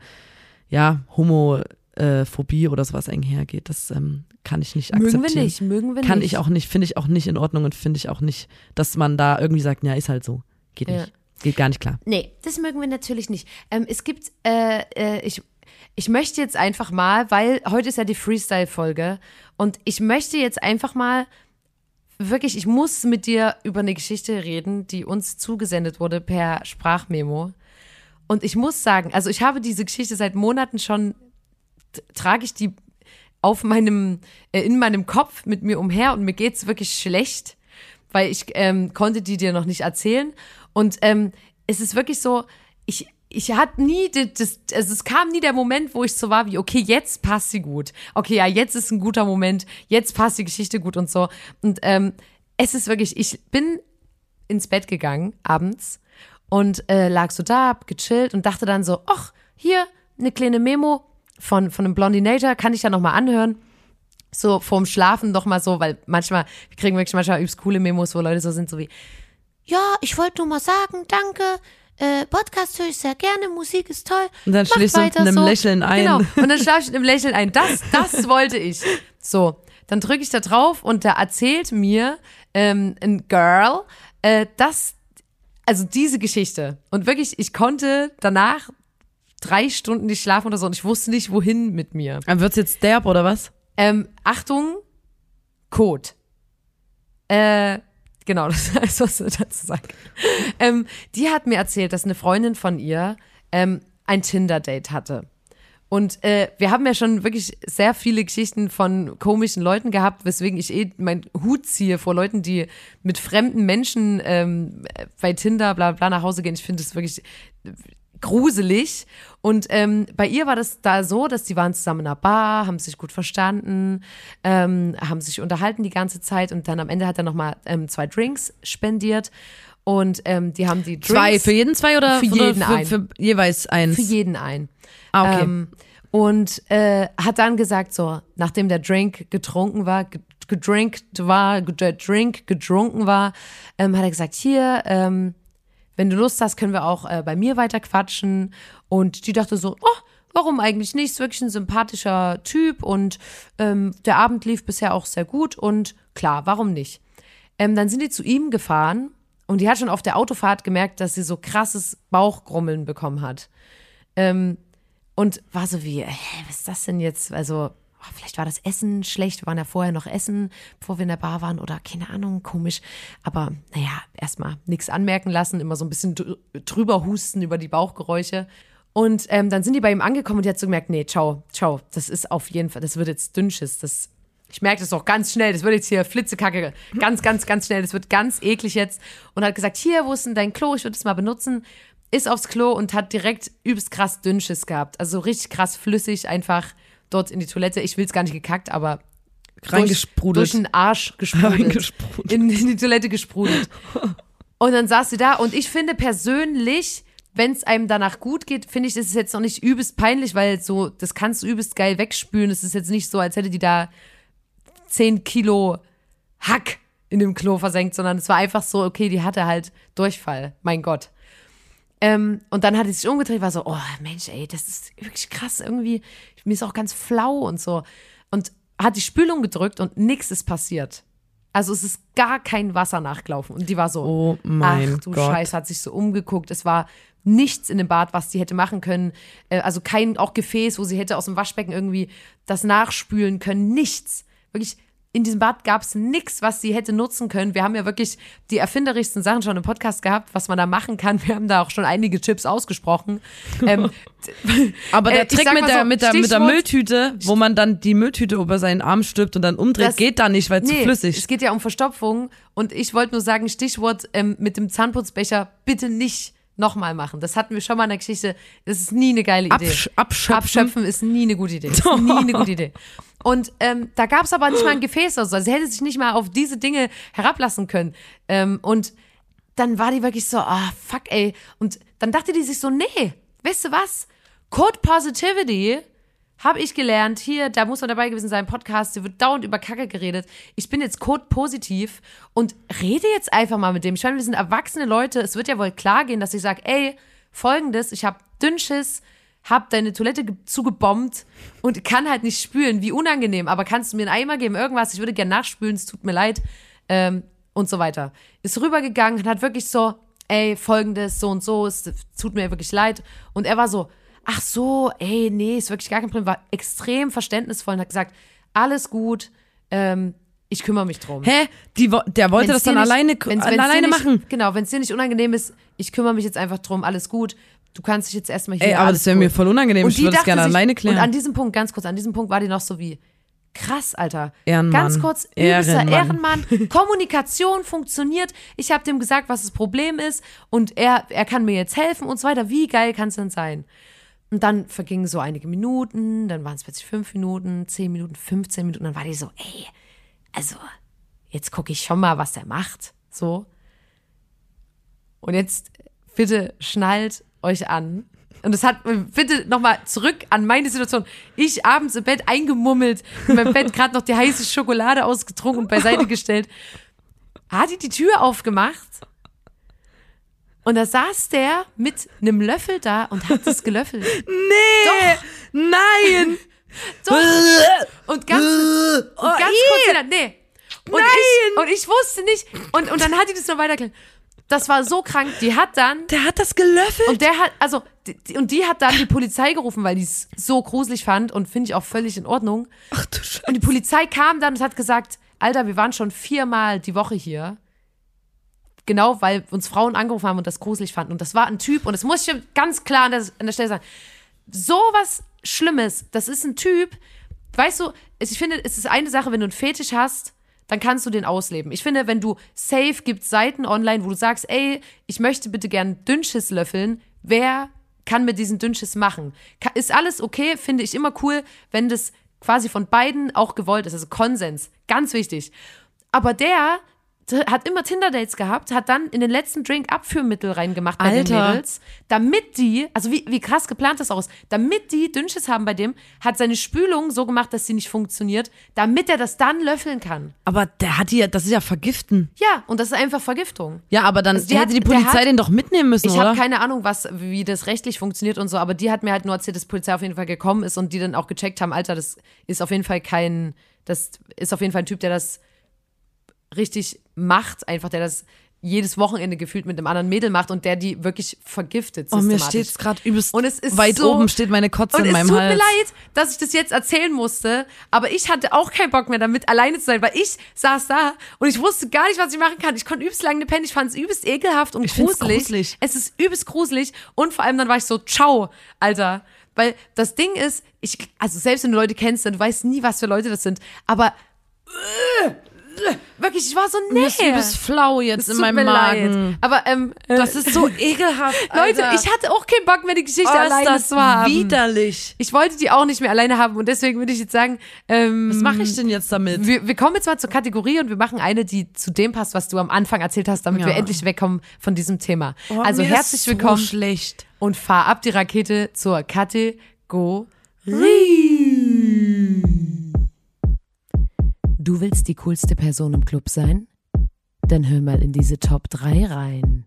Homophobie oder sowas einhergeht. Das kann ich nicht akzeptieren. Mögen wir nicht. Kann ich auch nicht, finde ich auch nicht in Ordnung und finde ich auch nicht, dass man da irgendwie sagt, ja, ist halt so. Geht nicht. Geht gar nicht klar. Nee, das mögen wir natürlich nicht. Es gibt, ich möchte jetzt einfach mal, weil heute ist ja die Freestyle-Folge und ich möchte jetzt einfach mal wirklich, ich muss mit dir über eine Geschichte reden, die uns zugesendet wurde per Sprachmemo. Und ich muss sagen, also ich habe diese Geschichte seit Monaten schon, trage ich die in meinem Kopf mit mir umher und mir geht's wirklich schlecht, weil ich konnte die dir noch nicht erzählen. Und es ist wirklich so, ich hatte nie es kam nie der Moment, wo ich so war wie, okay, jetzt passt sie gut. Okay, ja, jetzt ist ein guter Moment, jetzt passt die Geschichte gut und so. Und es ist wirklich, ich bin ins Bett gegangen abends und lag so da, hab gechillt und dachte dann so, ach, hier eine kleine Memo von einem Blondinator, kann ich ja nochmal anhören. So vorm Schlafen noch mal so, weil wir kriegen wirklich manchmal übelst coole Memos, wo Leute so sind, so wie, ja, ich wollte nur mal sagen, danke, Podcast höre ich sehr gerne, Musik ist toll. Und dann schläfst du mit einem Lächeln ein. Genau, und dann schlafe ich mit einem Lächeln ein. Das wollte ich. So, dann drücke ich da drauf und da erzählt mir ein Girl, also diese Geschichte. Und wirklich, ich konnte danach 3 Stunden nicht schlafen oder so und ich wusste nicht, wohin mit mir. Dann wird's jetzt derb oder was? Achtung, Code. Genau, das ist alles, was ich dazu sagen. Die hat mir erzählt, dass eine Freundin von ihr ein Tinder-Date hatte. Und wir haben ja schon wirklich sehr viele Geschichten von komischen Leuten gehabt, weswegen ich meinen Hut ziehe vor Leuten, die mit fremden Menschen bei Tinder bla bla nach Hause gehen. Ich finde das wirklich gruselig. Und bei ihr war das da so, dass die waren zusammen in einer Bar, haben sich gut verstanden, haben sich unterhalten die ganze Zeit und dann am Ende hat er nochmal 2 Drinks spendiert. Und die haben die Drinks. 2 für jeden 2 oder für jeden einen? Für jeweils 1? Für jeden einen. Ah, okay. Und hat dann gesagt, so, nachdem der Drink getrunken war, hat er gesagt, hier, wenn du Lust hast, können wir auch bei mir weiter quatschen. Und die dachte so, oh, warum eigentlich nicht? Ist wirklich ein sympathischer Typ und der Abend lief bisher auch sehr gut und klar, warum nicht? Dann sind die zu ihm gefahren und die hat schon auf der Autofahrt gemerkt, dass sie so krasses Bauchgrummeln bekommen hat. Und war so wie, was ist das denn jetzt? Also, vielleicht war das Essen schlecht, wir waren ja vorher noch essen, bevor wir in der Bar waren oder keine Ahnung, komisch. Aber naja, erstmal nichts anmerken lassen, immer so ein bisschen drüber husten über die Bauchgeräusche. Und dann sind die bei ihm angekommen und die hat so gemerkt, nee, ciao, das ist auf jeden Fall, das wird jetzt Dünnschiss, ich merke das auch ganz schnell, das wird jetzt hier Flitzekacke, ganz, ganz, ganz schnell, das wird ganz eklig jetzt. Und hat gesagt, hier, wo ist denn dein Klo, ich würde es mal benutzen. Ist aufs Klo und hat direkt übelst krass Dünnschiss gehabt. Also richtig krass flüssig einfach dort in die Toilette. Ich will es gar nicht gekackt, aber durch den Arsch gesprudelt. In die Toilette gesprudelt. Und dann saß sie da und ich finde persönlich, wenn es einem danach gut geht, finde ich, das ist jetzt noch nicht übelst peinlich, weil so, das kannst du übelst geil wegspülen. Es ist jetzt nicht so, als hätte die da 10 Kilo Hack in dem Klo versenkt, sondern es war einfach so, okay, die hatte halt Durchfall. Mein Gott. Und dann hat sie sich umgedreht, war so, oh Mensch, ey, das ist wirklich krass irgendwie, mir ist auch ganz flau und so. Und hat die Spülung gedrückt und nichts ist passiert. Also es ist gar kein Wasser nachgelaufen. Und die war so, oh mein ach du Gott. Scheiße, hat sich so umgeguckt. Es war nichts in dem Bad, was sie hätte machen können. Also kein auch Gefäß, wo sie hätte aus dem Waschbecken irgendwie das nachspülen können. Nichts. Wirklich, in diesem Bad gab es nichts, was sie hätte nutzen können. Wir haben ja wirklich die erfinderischsten Sachen schon im Podcast gehabt, was man da machen kann. Wir haben da auch schon einige Tipps ausgesprochen. Aber der Trick mit der Mülltüte, wo man dann die Mülltüte über seinen Arm stülpt und dann umdreht, geht da nicht, weil es zu flüssig ist. Es geht ja um Verstopfung und ich wollte nur sagen, Stichwort mit dem Zahnputzbecher bitte nicht nochmal machen. Das hatten wir schon mal in der Geschichte. Das ist nie eine geile Idee. Abschöpfen ist nie eine gute Idee. Das ist nie eine gute Idee. Und da gab es aber nicht mal ein Gefäß oder so. Also sie hätte sich nicht mal auf diese Dinge herablassen können. Und dann war die wirklich so, fuck, ey. Und dann dachte die sich so, nee, weißt du was? Code Positivity habe ich gelernt. Hier, da muss man dabei gewesen sein, Podcast, hier wird dauernd über Kacke geredet. Ich bin jetzt Code positiv und rede jetzt einfach mal mit dem. Ich meine, wir sind erwachsene Leute. Es wird ja wohl klar gehen, dass ich sage, ey, Folgendes, ich habe Dünnschiss, hab deine Toilette zugebombt und kann halt nicht spülen. Wie unangenehm, aber kannst du mir einen Eimer geben, irgendwas? Ich würde gerne nachspülen, es tut mir leid und so weiter. Ist rübergegangen und hat wirklich so, ey, Folgendes, so und so, es tut mir wirklich leid. Und er war so, ach so, ey, nee, ist wirklich gar kein Problem. War extrem verständnisvoll und hat gesagt, alles gut, ich kümmere mich drum. Hä? Der wollte das dann alleine machen? Genau, wenn es dir nicht unangenehm ist, ich kümmere mich jetzt einfach drum, alles gut. Du kannst dich jetzt erstmal hier. Ey, aber das wäre mir voll unangenehm. Ich würde es gerne alleine klären. Und an diesem Punkt, ganz kurz, war die noch so wie, krass, Alter. Ehrenmann. Ganz kurz, übelster Ehrenmann. Kommunikation funktioniert. Ich habe dem gesagt, was das Problem ist. Und er kann mir jetzt helfen und so weiter. Wie geil kann es denn sein? Und dann vergingen so einige Minuten. Dann waren es plötzlich 5 Minuten, 10 Minuten, 15 Minuten. Dann war die so, ey, also, jetzt gucke ich schon mal, was der macht. So. Und jetzt, bitte schnallt euch an. Und das hat, bitte nochmal zurück an meine Situation. Ich abends im Bett eingemummelt, in meinem Bett gerade noch die heiße Schokolade ausgetrunken und beiseite gestellt. Hat die Tür aufgemacht und da saß der mit einem Löffel da und hat es gelöffelt. Nee! Doch. Nein! Doch! Und ganz kurz wieder, nee. Und ich wusste nicht, und dann hat die das noch weitergeklärt. Das war so krank. Die hat dann... Der hat das gelöffelt? Und der hat, also, die hat dann die Polizei gerufen, weil die es so gruselig fand und finde ich auch völlig in Ordnung. Ach du Scheiße. Und die Polizei kam dann und hat gesagt, Alter, wir waren schon 4-mal die Woche hier. Genau, weil uns Frauen angerufen haben und das gruselig fanden. Und das war ein Typ, und das muss ich ganz klar an der Stelle sagen, so was Schlimmes, das ist ein Typ, weißt du, ich finde, es ist eine Sache, wenn du einen Fetisch hast, dann kannst du den ausleben. Ich finde, wenn du safe gibt Seiten online, wo du sagst, ey, ich möchte bitte gern Dünnschiss löffeln, wer kann mir diesen Dünnschiss machen? Ist alles okay, finde ich immer cool, wenn das quasi von beiden auch gewollt ist, also Konsens, ganz wichtig. Aber der hat immer Tinder-Dates gehabt, hat dann in den letzten Drink Abführmittel reingemacht bei den Mädels, damit die, also wie krass geplant das auch ist, damit die Dünnschiss haben bei dem, hat seine Spülung so gemacht, dass sie nicht funktioniert, damit er das dann löffeln kann. Aber der hat das ist ja Vergiften. Ja, und das ist einfach Vergiftung. Ja, aber dann hätte die Polizei den doch mitnehmen müssen, ich oder? Ich habe keine Ahnung, wie das rechtlich funktioniert und so, aber die hat mir halt nur erzählt, dass die Polizei auf jeden Fall gekommen ist und die dann auch gecheckt haben, Alter, das ist auf jeden Fall ein Typ, der das richtig macht, einfach, der das jedes Wochenende gefühlt mit einem anderen Mädel macht und der die wirklich vergiftet systematisch. Mir steht's gerade übelst und es ist weit so, oben steht meine Kotze in meinem Hals. Und es tut mir leid, dass ich das jetzt erzählen musste, aber ich hatte auch keinen Bock mehr damit, alleine zu sein, weil ich saß da und ich wusste gar nicht, was ich machen kann. Ich konnte übelst lange pennen, ich fand es übelst ekelhaft und gruselig. Es ist übelst gruselig und vor allem dann war ich so, ciao, Alter. Weil das Ding ist, also selbst wenn du Leute kennst, dann du weißt nie, was für Leute das sind, aber wirklich, ich war so, nee. Du bist flau jetzt in meinem Magen. Aber, das ist so ekelhaft, Leute, Alter. ich hatte auch keinen Bock mehr, die Geschichte alleine zu haben. Widerlich. Ich wollte die auch nicht mehr alleine haben und deswegen würde ich jetzt sagen, was mache ich denn jetzt damit? Wir kommen jetzt mal zur Kategorie und wir machen eine, die zu dem passt, was du am Anfang erzählt hast, damit wir endlich wegkommen von diesem Thema. Also herzlich willkommen schlecht. Und fahr ab die Rakete zur Kategorie. Du willst die coolste Person im Club sein? Dann hör mal in diese Top 3 rein.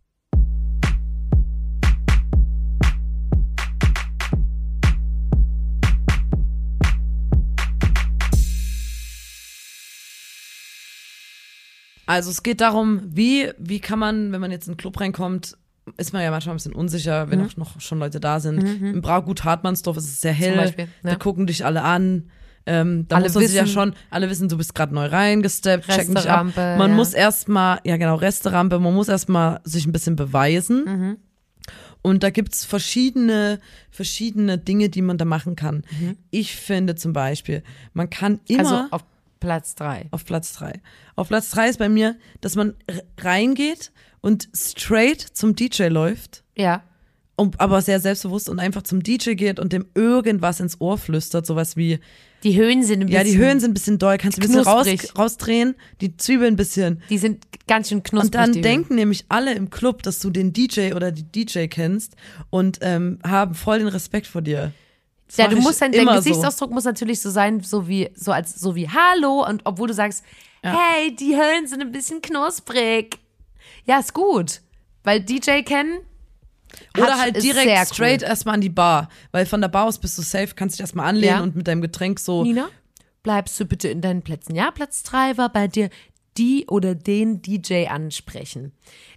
Also es geht darum, wie kann man, wenn man jetzt in den Club reinkommt, ist man ja manchmal ein bisschen unsicher, wenn noch schon Leute da sind. Im Braugut Hartmannsdorf ist es sehr hell, zum Beispiel, da gucken dich alle an. Da alle muss man sich ja schon, alle wissen, du bist gerade neu reingesteppt, checken dich ab. Man muss erstmal, ja genau, Resterampe, man muss erstmal sich ein bisschen beweisen. Und da gibt's verschiedene Dinge, die man da machen kann. Ich finde zum Beispiel, man kann immer. Also auf Platz 3. Auf Platz 3. Auf Platz 3 ist bei mir, dass man reingeht und straight zum DJ läuft. Ja. Aber sehr selbstbewusst und einfach zum DJ geht und dem irgendwas ins Ohr flüstert, sowas wie die Höhen sind ein bisschen. Ja, die Höhen sind ein bisschen doll. Kannst du ein bisschen rausdrehen? Die Zwiebeln ein bisschen. Die sind ganz schön knusprig. Und dann denken nämlich alle im Club, dass du den DJ oder die DJ kennst und haben voll den Respekt vor dir. Ja, du musst dein Gesichtsausdruck muss natürlich so sein, so wie Hallo, und obwohl du sagst, hey, die Höhen sind ein bisschen knusprig. Ja, ist gut. Weil DJ kennen. Oder halt direkt straight erstmal an die Bar. Weil von der Bar aus bist du safe, kannst dich erstmal anlehnen und mit deinem Getränk so. Nina, bleibst du bitte in deinen Plätzen. Ja, Platz 3 war bei dir die oder den DJ ansprechen.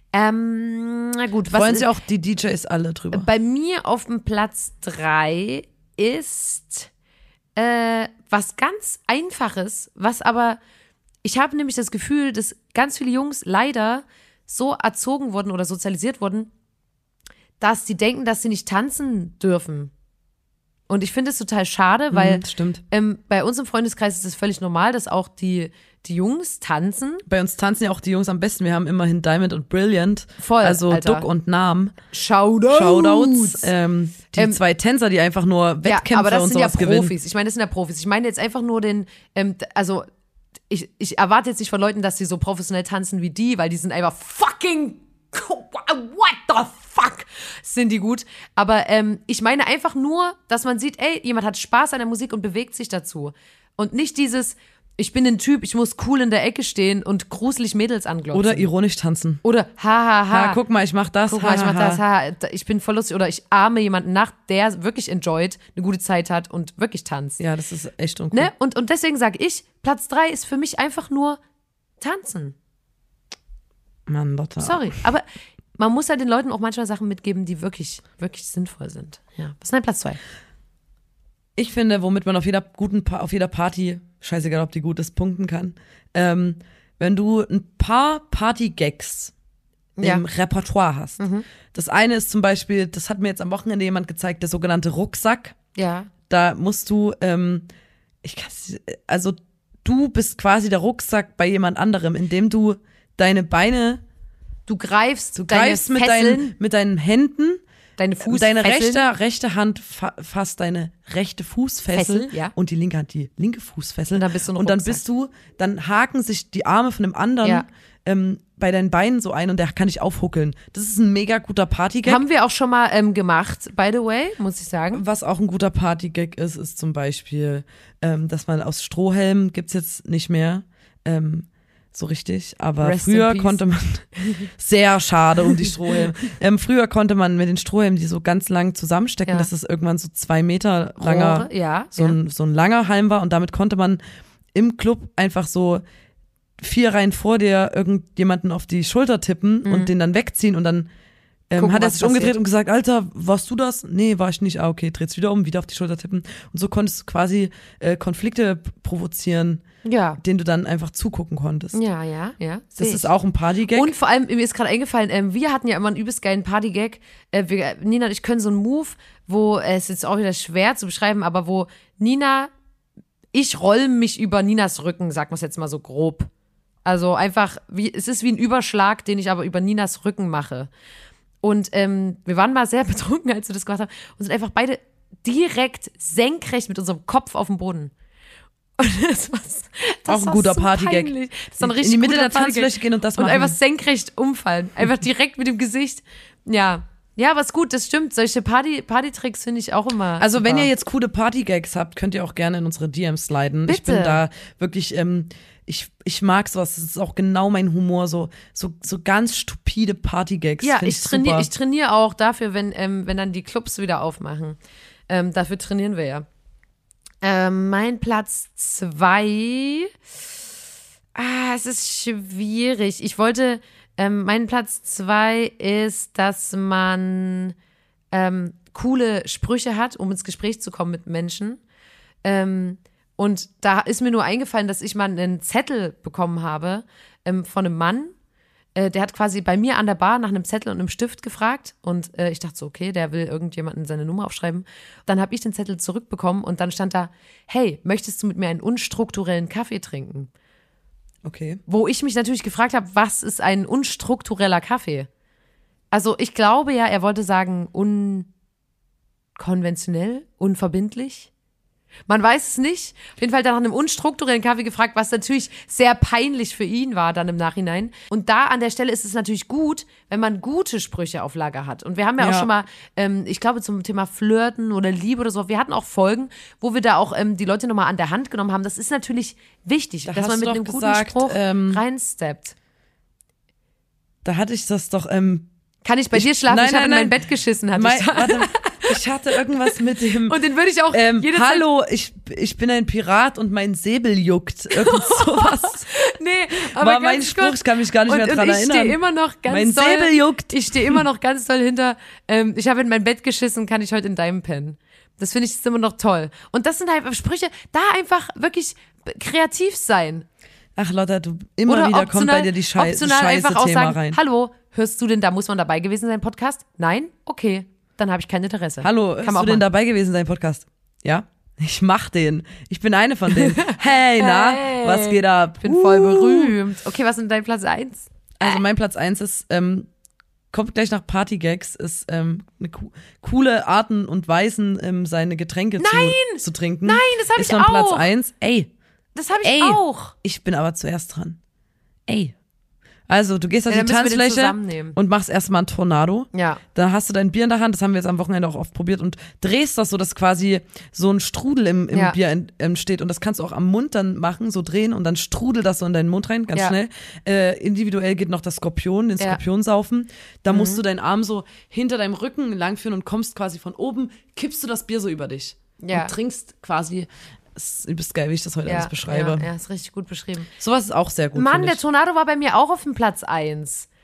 Na gut. Freuen sich auch die DJs alle drüber. Bei mir auf dem Platz 3 ist was ganz Einfaches, was aber, ich habe nämlich das Gefühl, dass ganz viele Jungs leider so erzogen wurden oder sozialisiert wurden, dass sie denken, dass sie nicht tanzen dürfen. Und ich finde es total schade, weil bei uns im Freundeskreis ist es völlig normal, dass auch die Jungs tanzen. Bei uns tanzen ja auch die Jungs am besten. Wir haben immerhin Diamond und Brilliant. Voll, also Alter. Duck und Nam. Shoutouts. Die zwei Tänzer, die einfach nur Wettkämpfe und sowas gewinnen. Aber das sind ja Profis. Ich meine, das sind ja Profis. Ich meine jetzt einfach nur also ich erwarte jetzt nicht von Leuten, dass sie so professionell tanzen wie die, weil die sind einfach fucking what the fuck, sind die gut. Aber ich meine einfach nur, dass man sieht, ey, jemand hat Spaß an der Musik und bewegt sich dazu. Und nicht dieses, ich bin ein Typ, ich muss cool in der Ecke stehen und gruselig Mädels anglotzen. Oder ironisch tanzen. Oder ha. Guck mal, ich mach das. Guck mal, ich mach das. Ha. Ich bin voll lustig. Oder ich ahme jemanden nach, der wirklich enjoyt, eine gute Zeit hat und wirklich tanzt. Ja, das ist echt uncool. Ne? Und deswegen sage ich, Platz 3 ist für mich einfach nur tanzen. Mann, Lotta. Sorry, aber man muss halt den Leuten auch manchmal Sachen mitgeben, die wirklich, wirklich sinnvoll sind. Ja, was ist dein Platz 2? Ich finde, womit man auf jeder Party, scheißegal, ob die gut ist, punkten kann, wenn du ein paar Party-Gags im Repertoire hast. Das eine ist zum Beispiel, das hat mir jetzt am Wochenende jemand gezeigt, der sogenannte Rucksack. Ja. Da musst du, du bist quasi der Rucksack bei jemand anderem, indem du deine Beine, du greifst mit deinen Händen, deine Fußfessel. Deine rechte Hand fasst deine rechte Fußfessel und die linke Hand die linke Fußfessel. Und dann haken sich die Arme von dem anderen bei deinen Beinen so ein und der kann dich aufhuckeln. Das ist ein mega guter Partygag. Haben wir auch schon mal gemacht, by the way, muss ich sagen. Was auch ein guter Partygag ist zum Beispiel, dass man aus Strohhelmen gibt's jetzt nicht mehr. So richtig, aber Rest früher konnte man, sehr schade um die Strohhelme, früher konnte man mit den Strohhelmen die so ganz lang zusammenstecken, dass es irgendwann so 2 Meter langer, so ein langer Halm war und damit konnte man im Club einfach so 4 Reihen vor dir irgendjemanden auf die Schulter tippen und den dann wegziehen und dann hat er sich umgedreht und gesagt, Alter, warst du das? Nee, war ich nicht. Ah, okay, dreht's wieder um, wieder auf die Schulter tippen. Und so konntest du quasi Konflikte provozieren, denen du dann einfach zugucken konntest. Ja. Das ist auch ein Partygag. Und vor allem, mir ist gerade eingefallen, wir hatten ja immer einen übelst geilen Partygag. Nina und ich können so einen Move, wo, es ist jetzt auch wieder schwer zu beschreiben, aber wo ich roll mich über Ninas Rücken, sagen wir es jetzt mal so grob. Also einfach, es ist wie ein Überschlag, den ich aber über Ninas Rücken mache. Und wir waren mal sehr betrunken, als wir das gemacht haben und sind einfach beide direkt senkrecht mit unserem Kopf auf dem Boden. Und das auch ein guter so Partygag. Das ist ein richtig in die Mitte der Partygag. Tanzfläche gehen und das machen. Und einfach senkrecht umfallen. Einfach direkt mit dem Gesicht. Ja, aber ist gut, das stimmt. Solche Partytricks finde ich auch immer Also super. wenn ihr jetzt coole Partygags habt, könnt ihr auch gerne in unsere DMs sliden. Bitte. Ich bin da wirklich, ich mag sowas. Das ist auch genau mein Humor, so ganz stupide Partygags. Ja, ich trainiere auch dafür, wenn dann die Clubs wieder aufmachen. Dafür trainieren wir ja. Mein Platz 2. Es ist schwierig. Mein Platz 2 ist, dass man coole Sprüche hat, um ins Gespräch zu kommen mit Menschen. Und da ist mir nur eingefallen, dass ich mal einen Zettel bekommen habe von einem Mann. Der hat quasi bei mir an der Bar nach einem Zettel und einem Stift gefragt und ich dachte so, okay, der will irgendjemanden seine Nummer aufschreiben. Dann habe ich den Zettel zurückbekommen und dann stand da, hey, möchtest du mit mir einen unstrukturellen Kaffee trinken? Okay. Wo ich mich natürlich gefragt habe, was ist ein unstruktureller Kaffee? Also ich glaube ja, er wollte sagen unkonventionell, unverbindlich. Man weiß es nicht. Auf jeden Fall dann nach einem unstrukturellen Kaffee gefragt, was natürlich sehr peinlich für ihn war dann im Nachhinein. Und da an der Stelle ist es natürlich gut, wenn man gute Sprüche auf Lager hat. Und wir haben ja auch schon mal, ich glaube zum Thema Flirten oder Liebe oder so, wir hatten auch Folgen, wo wir da auch die Leute nochmal an der Hand genommen haben. Das ist natürlich wichtig, dass man mit einem guten Spruch reinsteppt. Da hatte ich das doch, Kann ich bei dir schlafen? Ich habe in mein Bett geschissen. Warte, ich hatte irgendwas mit dem. Und den würde ich auch hallo, ich bin ein Pirat und mein Säbel juckt. Irgend sowas. Nee, aber war mein Spruch, ich kann mich gar nicht mehr dran erinnern. Ich stehe immer noch ganz mein Säbel juckt. Ich stehe immer noch ganz doll hinter, ich habe in mein Bett geschissen, kann ich heute in deinem pennen. Das finde ich immer noch toll. Und das sind halt Sprüche, da einfach kreativ sein. Ach Lotta, immer wieder kommt bei dir die scheiße einfach auch Thema sagen, rein. Hallo, hörst du denn, da muss man dabei gewesen sein, Podcast? Nein? Okay, dann habe ich kein Interesse. Hallo, hörst du denn dabei gewesen sein, Podcast? Ja? Ich mach den. Ich bin eine von denen. Hey, was geht ab? Ich bin voll berühmt. Okay, was ist denn dein Platz 1? Also mein Platz 1 ist, kommt gleich nach Partygags, ist eine coole Arten und Weisen, seine Getränke zu trinken. Nein, das habe ich auch. Ist noch Platz 1. Das habe ich auch. Ich bin aber zuerst dran. Also, du gehst auf die Tanzfläche und machst erstmal einen Tornado. Ja. Da hast du dein Bier in der Hand, das haben wir jetzt am Wochenende auch oft probiert und drehst das so, dass quasi so ein Strudel im Bier entsteht und das kannst du auch am Mund dann machen, so drehen und dann strudelt das so in deinen Mund rein, ganz schnell. Individuell geht noch das Skorpion saufen. Da musst du deinen Arm so hinter deinem Rücken langführen und kommst quasi von oben, kippst du das Bier so über dich und trinkst quasi. Das ist übelst geil, wie ich das heute alles beschreibe. Ja, ist richtig gut beschrieben. Sowas ist auch sehr gut. Mann, der Tornado war bei mir auch auf dem Platz 1.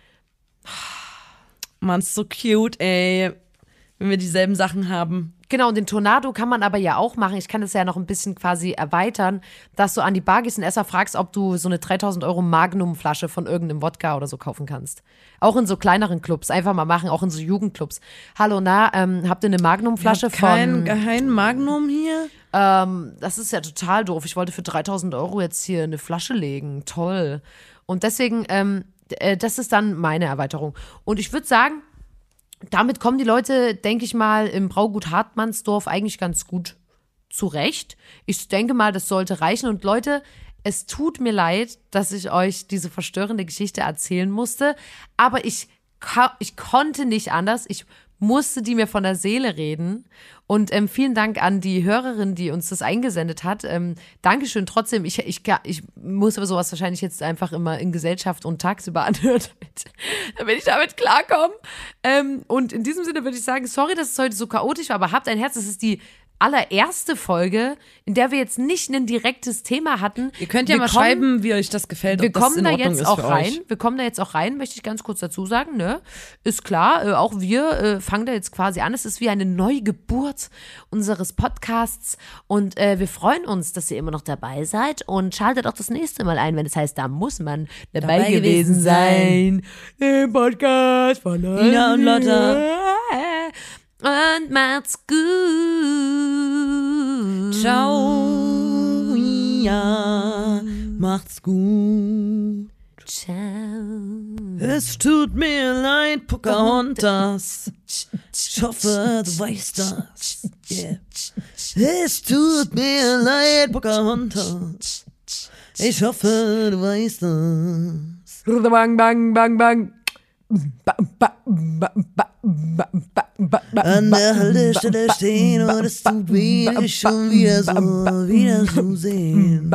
Mann, ist so cute, ey. Wenn wir dieselben Sachen haben. Genau, und den Tornado kann man aber ja auch machen. Ich kann das ja noch ein bisschen quasi erweitern, dass du an die Bar gehst und erstmal fragst, ob du so eine 3.000 € Magnum-Flasche von irgendeinem Wodka oder so kaufen kannst. Auch in so kleineren Clubs. Einfach mal machen, auch in so Jugendclubs. Hallo, habt ihr eine Magnum-Flasche von... Kein Magnum hier? Das ist ja total doof. Ich wollte für 3.000 € jetzt hier eine Flasche legen. Toll. Und deswegen, das ist dann meine Erweiterung. Und ich würde sagen, damit kommen die Leute, denke ich mal, im Braugut Hartmannsdorf eigentlich ganz gut zurecht. Ich denke mal, das sollte reichen. Und Leute, es tut mir leid, dass ich euch diese verstörende Geschichte erzählen musste. Aber ich konnte nicht anders. Ich musste die mir von der Seele reden. Und vielen Dank an die Hörerin, die uns das eingesendet hat. Dankeschön trotzdem. Ich muss aber sowas wahrscheinlich jetzt einfach immer in Gesellschaft und tagsüber anhören, damit ich damit klarkomme. Und in diesem Sinne würde ich sagen, sorry, dass es heute so chaotisch war, aber habt ein Herz. Das ist die allererste Folge, in der wir jetzt nicht ein direktes Thema hatten. Ihr könnt ja mal schreiben, wie euch das gefällt. Wir kommen da jetzt auch rein. Wir kommen da jetzt auch rein, möchte ich ganz kurz dazu sagen. Ne? Ist klar, auch wir fangen da jetzt quasi an. Es ist wie eine Neugeburt unseres Podcasts und wir freuen uns, dass ihr immer noch dabei seid und schaltet auch das nächste Mal ein, wenn es heißt, da muss man dabei gewesen sein. Im Podcast von Nina und Lotta. Und macht's gut. Ciao. Ja, macht's gut. Ciao. Es tut mir leid, Pocahontas. Ich hoffe, du weißt das. Yeah. Es tut mir leid, Pocahontas. Ich hoffe, du weißt das. Bang, bang, bang, bang. An der Haltestelle stehen und es tut weh, dich schon wieder zu sehen.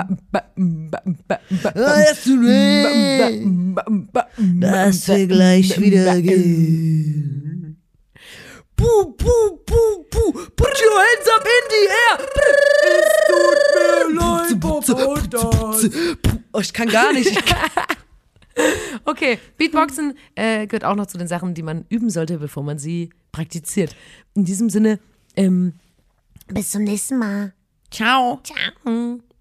Es tut weh, dass wir gleich wieder gehen. Puh, puh, puh, puh, put your hands up in the air. Es tut mir leid, oh, ich kann gar nicht. Okay, Beatboxen gehört auch noch zu den Sachen, die man üben sollte, bevor man sie praktiziert. In diesem Sinne, bis zum nächsten Mal. Ciao. Ciao.